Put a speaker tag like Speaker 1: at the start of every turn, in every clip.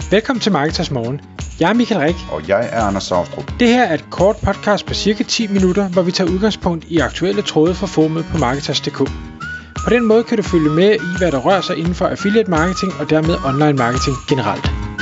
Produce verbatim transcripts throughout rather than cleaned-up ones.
Speaker 1: Velkommen til Marketers Morgen. Jeg er Michael Rik.
Speaker 2: Og jeg er Anders Saustrup.
Speaker 1: Det her er et kort podcast på cirka ti minutter, hvor vi tager udgangspunkt i aktuelle tråde fra forumet på Marketers punktum d k. På den måde kan du følge med i, hvad der rører sig inden for affiliate marketing og dermed online marketing generelt.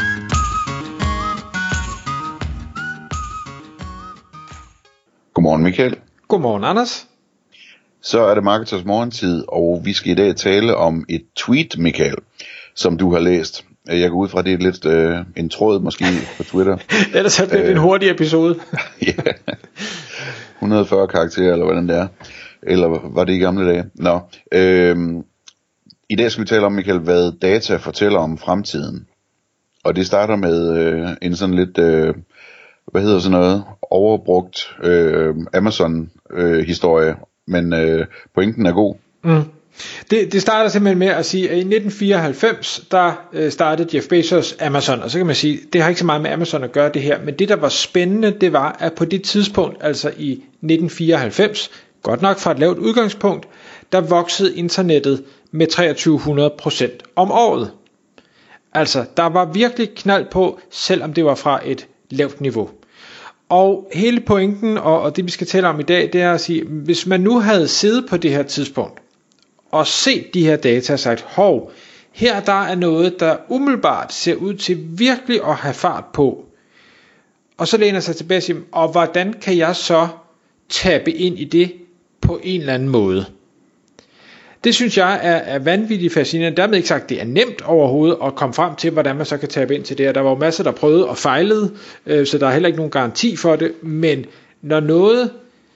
Speaker 2: Godmorgen Michael.
Speaker 1: Godmorgen Anders.
Speaker 2: Så er det Marketers morgentid, og vi skal i dag tale om et tweet, Michael, som du har læst. Jeg går ud fra, det er lidt øh, en tråd måske på Twitter.
Speaker 1: Ellers er det øh, en hurtig episode.
Speaker 2: Ja, et hundrede og fyrre karakterer, eller hvordan det er. Eller var det i gamle dage? Nå, øh, i dag skal vi tale om, Michael, hvad data fortæller om fremtiden. Og det starter med øh, en sådan lidt, øh, hvad hedder sådan noget, overbrugt øh, Amazon-historie. Øh, Men øh, pointen er god.
Speaker 1: Mm. Det, det starter simpelthen med at sige, at i nitten fireoghalvfems, der øh, startede Jeff Bezos Amazon, og så kan man sige, det har ikke så meget med Amazon at gøre det her, men det der var spændende, det var, at på det tidspunkt, altså i nitten fireoghalvfems, godt nok fra et lavt udgangspunkt, der voksede internettet med treogtyve hundrede procent om året. Altså, der var virkelig knald på, selvom det var fra et lavt niveau. Og hele pointen, og, og det vi skal tale om i dag, det er at sige, hvis man nu havde siddet på det her tidspunkt, og set de her data og sagt, hov, her der er noget, der umiddelbart ser ud til virkelig at have fart på, og så læner sig tilbage og siger, og hvordan kan jeg så tabe ind i det på en eller anden måde? Det synes jeg er, er vanvittigt fascinerende. Dermed ikke sagt, at det er nemt overhovedet at komme frem til, hvordan man så kan tabe ind til det her. Der var jo masser, der prøvede og fejlede, øh, så der er heller ikke nogen garanti for det. Men når noget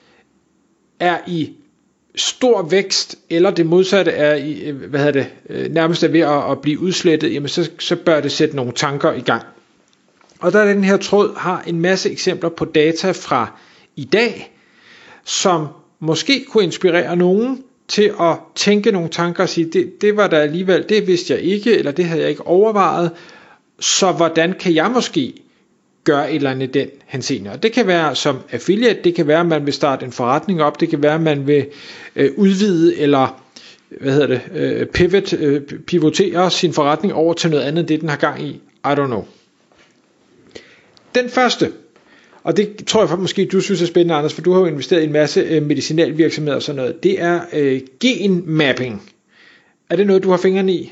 Speaker 1: er i stor vækst, eller det modsatte er i, hvad hedder det, nærmest er ved at, at blive udslettet, jamen så, så bør det sætte nogle tanker i gang. Og der er den her tråd, har en masse eksempler på data fra i dag, som måske kunne inspirere nogen til at tænke nogle tanker og sige, det, det var der alligevel, det vidste jeg ikke, eller det havde jeg ikke overvejet, så hvordan kan jeg måske gøre et eller andet i den henseende? Og det kan være som affiliate, det kan være, at man vil starte en forretning op, det kan være, at man vil øh, udvide, eller hvad hedder det, øh, pivot, øh, pivotere sin forretning over til noget andet, det den har gang i. I don't know. Den første, og det tror jeg måske du synes er spændende, Anders, for du har jo investeret i en masse øh, medicinalvirksomheder og sådan noget. Det er øh, genmapping. Er det noget, du har fingrene i?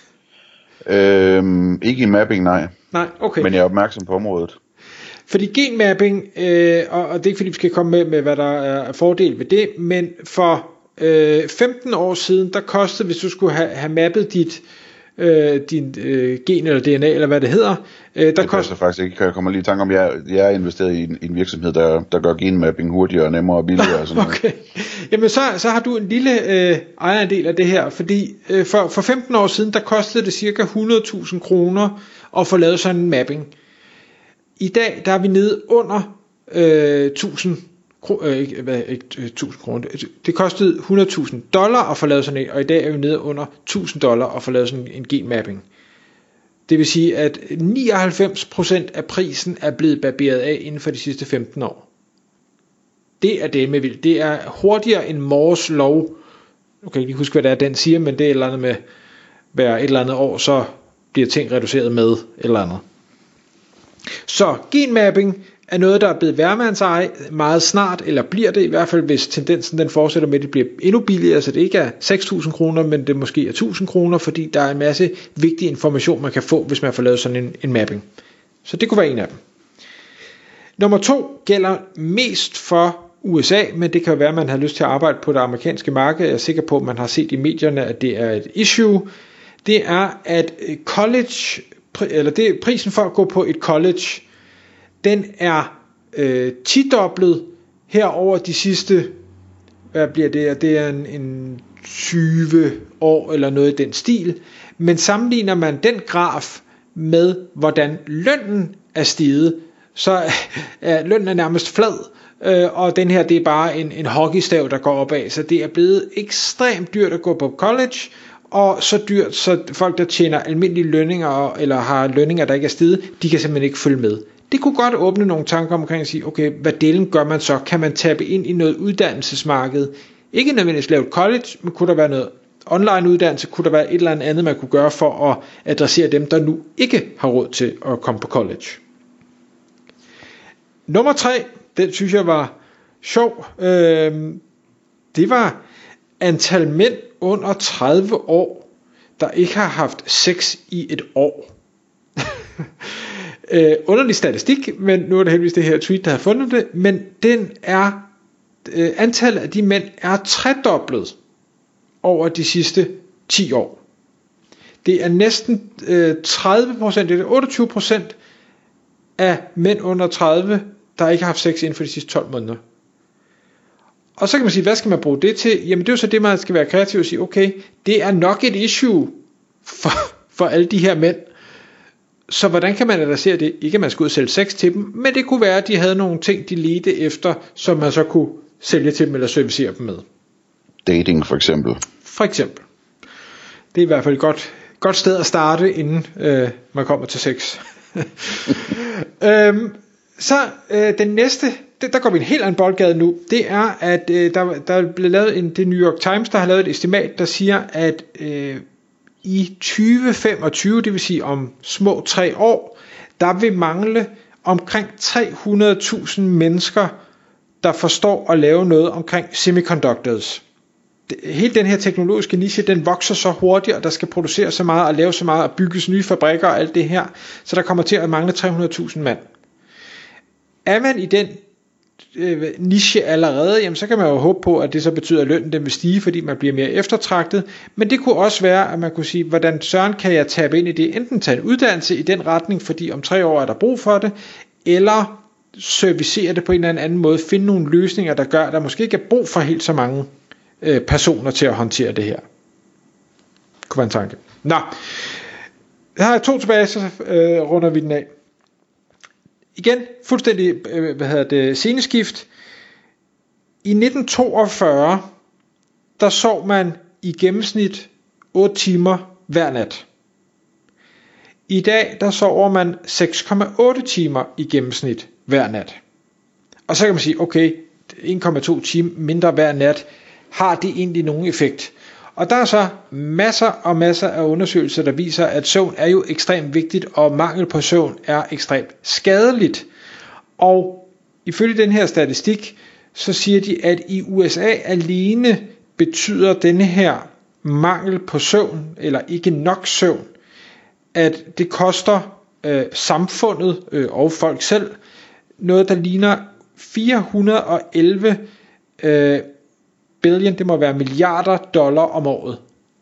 Speaker 2: øhm, ikke i mapping, nej.
Speaker 1: Nej, okay.
Speaker 2: Men jeg er opmærksom på området. Fordi
Speaker 1: genmapping, øh, og, og det er ikke fordi vi skal komme med, med hvad der er fordel ved det, men for øh, femten år siden, der kostede, hvis du skulle have, have mappet dit Øh, din øh, gen eller D N A eller hvad det hedder, øh, der
Speaker 2: det koster
Speaker 1: kost...
Speaker 2: faktisk ikke. Jeg kommer lige i tanke om, jeg, jeg er investeret i en, i en virksomhed der, der gør genmapping hurtigere, nemmere og billigere og sådan
Speaker 1: okay. Jamen så, så har du en lille øh, ejerandel af det her, fordi øh, for, for femten år siden der kostede det cirka hundrede tusind kroner at få lavet sådan en mapping. I dag der er vi nede under øh, tusind Øh, ikke, hvad, ikke, tusind kroner. Det kostede hundrede tusind dollar at få lavet sådan en, og i dag er vi nede under tusind dollar at få lavet sådan en genmapping. Det vil sige, at nioghalvfems procent af prisen er blevet barberet af inden for de sidste femten år. Det er det med vildt. Det er hurtigere end Moores lov. Nu kan jeg ikke huske, hvad det er, den siger, men det er et eller andet med, hver et eller andet år, så bliver ting reduceret med et eller andet. Så genmapping er noget, der er blevet hvermandseje meget snart, eller bliver det i hvert fald, hvis tendensen den fortsætter med, at det bliver endnu billigere, så det ikke er seks tusind kroner, men det måske er tusind kroner, fordi der er en masse vigtig information, man kan få, hvis man får lavet sådan en, en mapping. Så det kunne være en af dem. Nummer to gælder mest for U S A, men det kan være, at man har lyst til at arbejde på det amerikanske marked. Jeg er sikker på, at man har set i medierne, at det er et issue. Det er, at college, eller det er prisen for at gå på et college, den er øh, tidoblet her over de sidste, hvad bliver det, det er en, en tyve år eller noget i den stil, men sammenligner man den graf med, hvordan lønnen er steget, så er lønnen er nærmest flad, øh, og den her det er bare en, en hockeystav, der går opad, så det er blevet ekstremt dyrt at gå på college, og så dyrt, så folk der tjener almindelige lønninger, eller har lønninger der ikke er steget, de kan simpelthen ikke følge med. Det kunne godt åbne nogle tanker omkring at sige, okay, hvad delen gør man så? Kan man tabe ind i noget uddannelsesmarked? Ikke nødvendigvis lave et college, men kunne der være noget online uddannelse, kunne der være et eller andet, man kunne gøre for at adressere dem, der nu ikke har råd til at komme på college. Nummer tre, den synes jeg var sjov, øh, det var antal mænd under tredive år, der ikke har haft sex i et år. øh, underlig statistik, men nu er det heldigvis det her tweet, der har fundet det, men den er, øh, antallet af de mænd er tredoblet over de sidste ti år. Det er næsten øh, tredive procent, det er otteogtyve procent af mænd under tredive, der ikke har haft sex inden for de sidste tolv måneder. Og så kan man sige, hvad skal man bruge det til? Jamen det er jo så det, man skal være kreativ og sige, okay, det er nok et issue for, for alle de her mænd. Så hvordan kan man adressere det? Ikke at man skal ud og sælge sex til dem, men det kunne være, at de havde nogle ting, de ledte efter, som man så kunne sælge til dem eller servicere dem med.
Speaker 2: Dating for eksempel.
Speaker 1: For eksempel. Det er i hvert fald et godt, godt sted at starte, inden øh, man kommer til sex. øhm, så øh, den næste, det, der går vi en helt anden boldgade nu, det er, at øh, der, der er blevet lavet en, det New York Times, der har lavet et estimat, der siger, at øh, i tyve femogtyve, det vil sige om små tre år, der vil mangle omkring tre hundrede tusind mennesker, der forstår at lave noget omkring semiconductors. Hele den her teknologiske niche, den vokser så hurtigt, og der skal produceres så meget og laves så meget og bygges nye fabrikker og alt det her, så der kommer til at mangle tre hundrede tusind mand. Er man i den øh, niche allerede, jamen så kan man jo håbe på, at det så betyder, at lønnen den vil stige, fordi man bliver mere eftertragtet, men det kunne også være, at man kunne sige, hvordan søren kan jeg tabe ind i det, enten tage en uddannelse i den retning, fordi om tre år er der brug for det, eller servicere det på en eller anden måde, finde nogle løsninger, der gør, at der måske ikke er brug for helt så mange øh, personer til at håndtere det her. Det kunne være en tanke. Nå, her har jeg to tilbage, så øh, runder vi den af. Igen, fuldstændig øh, hvad hedder det, sceneskift. I nitten toogfyrre, der sov man i gennemsnit otte timer hver nat. I dag, der sover man seks komma otte timer i gennemsnit hver nat. Og så kan man sige, okay, en komma to timer mindre hver nat, har det egentlig nogen effekt? Og der er så masser og masser af undersøgelser, der viser, at søvn er jo ekstremt vigtigt, og mangel på søvn er ekstremt skadeligt. Og ifølge den her statistik, så siger de, at i U S A alene betyder denne her mangel på søvn, eller ikke nok søvn, at det koster øh, samfundet øh, og folk selv noget, der ligner fire hundrede og elleve øh, billion, det må være milliarder dollar om året.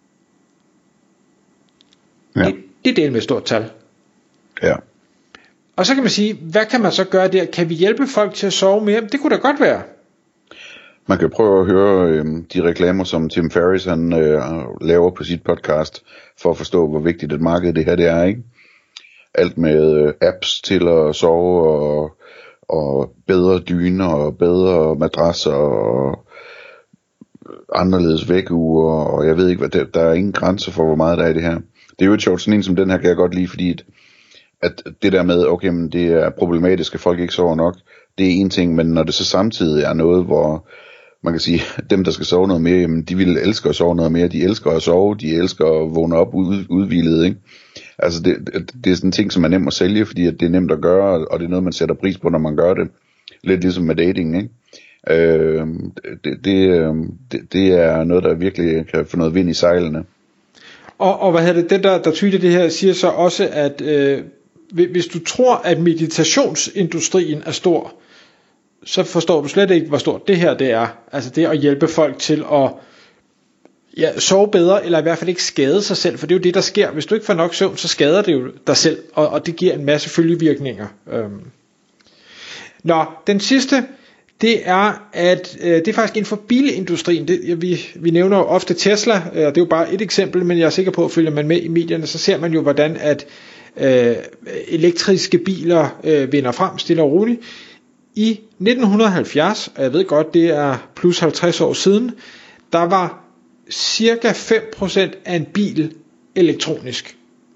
Speaker 1: Ja. Det, det er del med et stort tal.
Speaker 2: Ja.
Speaker 1: Og så kan man sige, hvad kan man så gøre der? Kan vi hjælpe folk til at sove mere? Det kunne da godt være.
Speaker 2: Man kan prøve at høre øh, de reklamer, som Tim Ferriss han øh, laver på sit podcast, for at forstå, hvor vigtigt et marked det her det er, ikke? Alt med øh, apps til at sove, og, og bedre dyner, og bedre madrasser, og anderledes vækkeuger, og jeg ved ikke, hvad det, der er ingen grænser for, hvor meget der er i det her. Det er jo et sjovt, sådan en som den her kan jeg godt lide, fordi at, at det der med, okay, men det er problematisk, at folk ikke sover nok, det er en ting, men når det så samtidig er noget, hvor man kan sige, at dem, der skal sove noget mere, jamen, de vil elske at sove noget mere, de elsker at sove, de elsker at vågne op ud, udhvilet, ikke? Altså, det, det, det er sådan en ting, som er nemt at sælge, fordi at det er nemt at gøre, og det er noget, man sætter pris på, når man gør det. Lidt ligesom med dating, ikke? Øh, det, det, det, det er noget, der virkelig kan få noget vind i sejlene.
Speaker 1: Og, og hvad hedder det, den der, der tweeter det her, siger så også, at øh, hvis du tror, at meditationsindustrien er stor, så forstår du slet ikke, hvor stort det her det er. Altså det at hjælpe folk til at ja, sove bedre, eller i hvert fald ikke skade sig selv, for det er jo det, der sker. Hvis du ikke får nok søvn, så skader det jo dig selv, og, og det giver en masse følgevirkninger. Øhm. Nå, den sidste, det er, at øh, det er faktisk inden for bilindustrien. Det, ja, vi, vi nævner jo ofte Tesla, øh, det er jo bare et eksempel, men jeg er sikker på, at følger man med i medierne, så ser man jo, hvordan at øh, elektriske biler øh, vinder frem stille og roligt. I nitten halvfjerds, og jeg ved godt, det er plus halvtreds år siden, der var cirka fem procent af en bil elektronisk.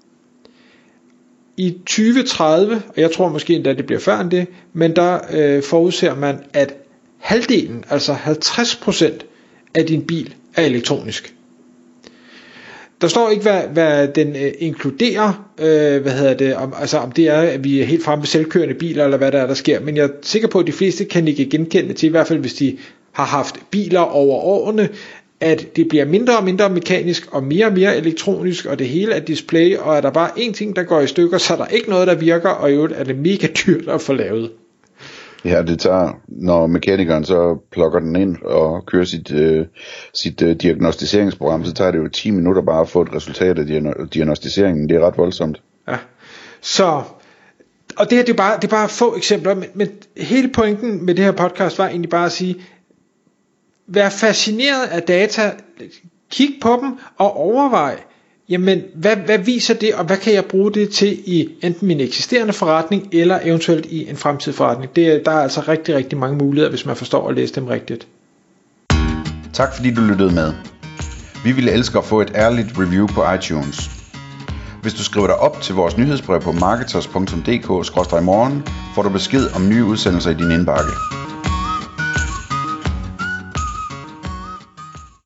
Speaker 1: I tyve tredive, og jeg tror måske endda det bliver før end det, men der øh, forudser man, at halvdelen, altså halvtreds procent af din bil er elektronisk. Der står ikke, hvad, hvad den øh, inkluderer, øh, hvad hedder det, om, altså om det er, at vi er helt fremme ved selvkørende biler, eller hvad der er, der sker, men jeg er sikker på, at de fleste kan ikke genkende til, i hvert fald hvis de har haft biler over årene, at det bliver mindre og mindre mekanisk, og mere og mere elektronisk, og det hele er display, og er der bare én ting, der går i stykker, så er der ikke noget, der virker, og i øvrigt er det mega dyrt at få lavet.
Speaker 2: Ja, det tager, når mekanikeren så plukker den ind og kører sit, øh, sit øh, diagnostiseringsprogram, så tager det jo ti minutter bare at få et resultat af diagnostiseringen. Det er ret voldsomt.
Speaker 1: Ja, så, og det her, det er bare, det er bare få eksempler, men, men hele pointen med det her podcast var egentlig bare at sige, vær fascineret af data, kig på dem og overvej, jamen hvad, hvad viser det, og hvad kan jeg bruge det til i enten min eksisterende forretning, eller eventuelt i en fremtidig forretning. Det, der er altså rigtig, rigtig mange muligheder, hvis man forstår at læse dem rigtigt.
Speaker 2: Tak fordi du lyttede med. Vi ville elske at få et ærligt review på iTunes. Hvis du skriver dig op til vores nyhedsbrev på marketers punktum d k skråstreg morgen, får du besked om nye udsendelser i din indbakke.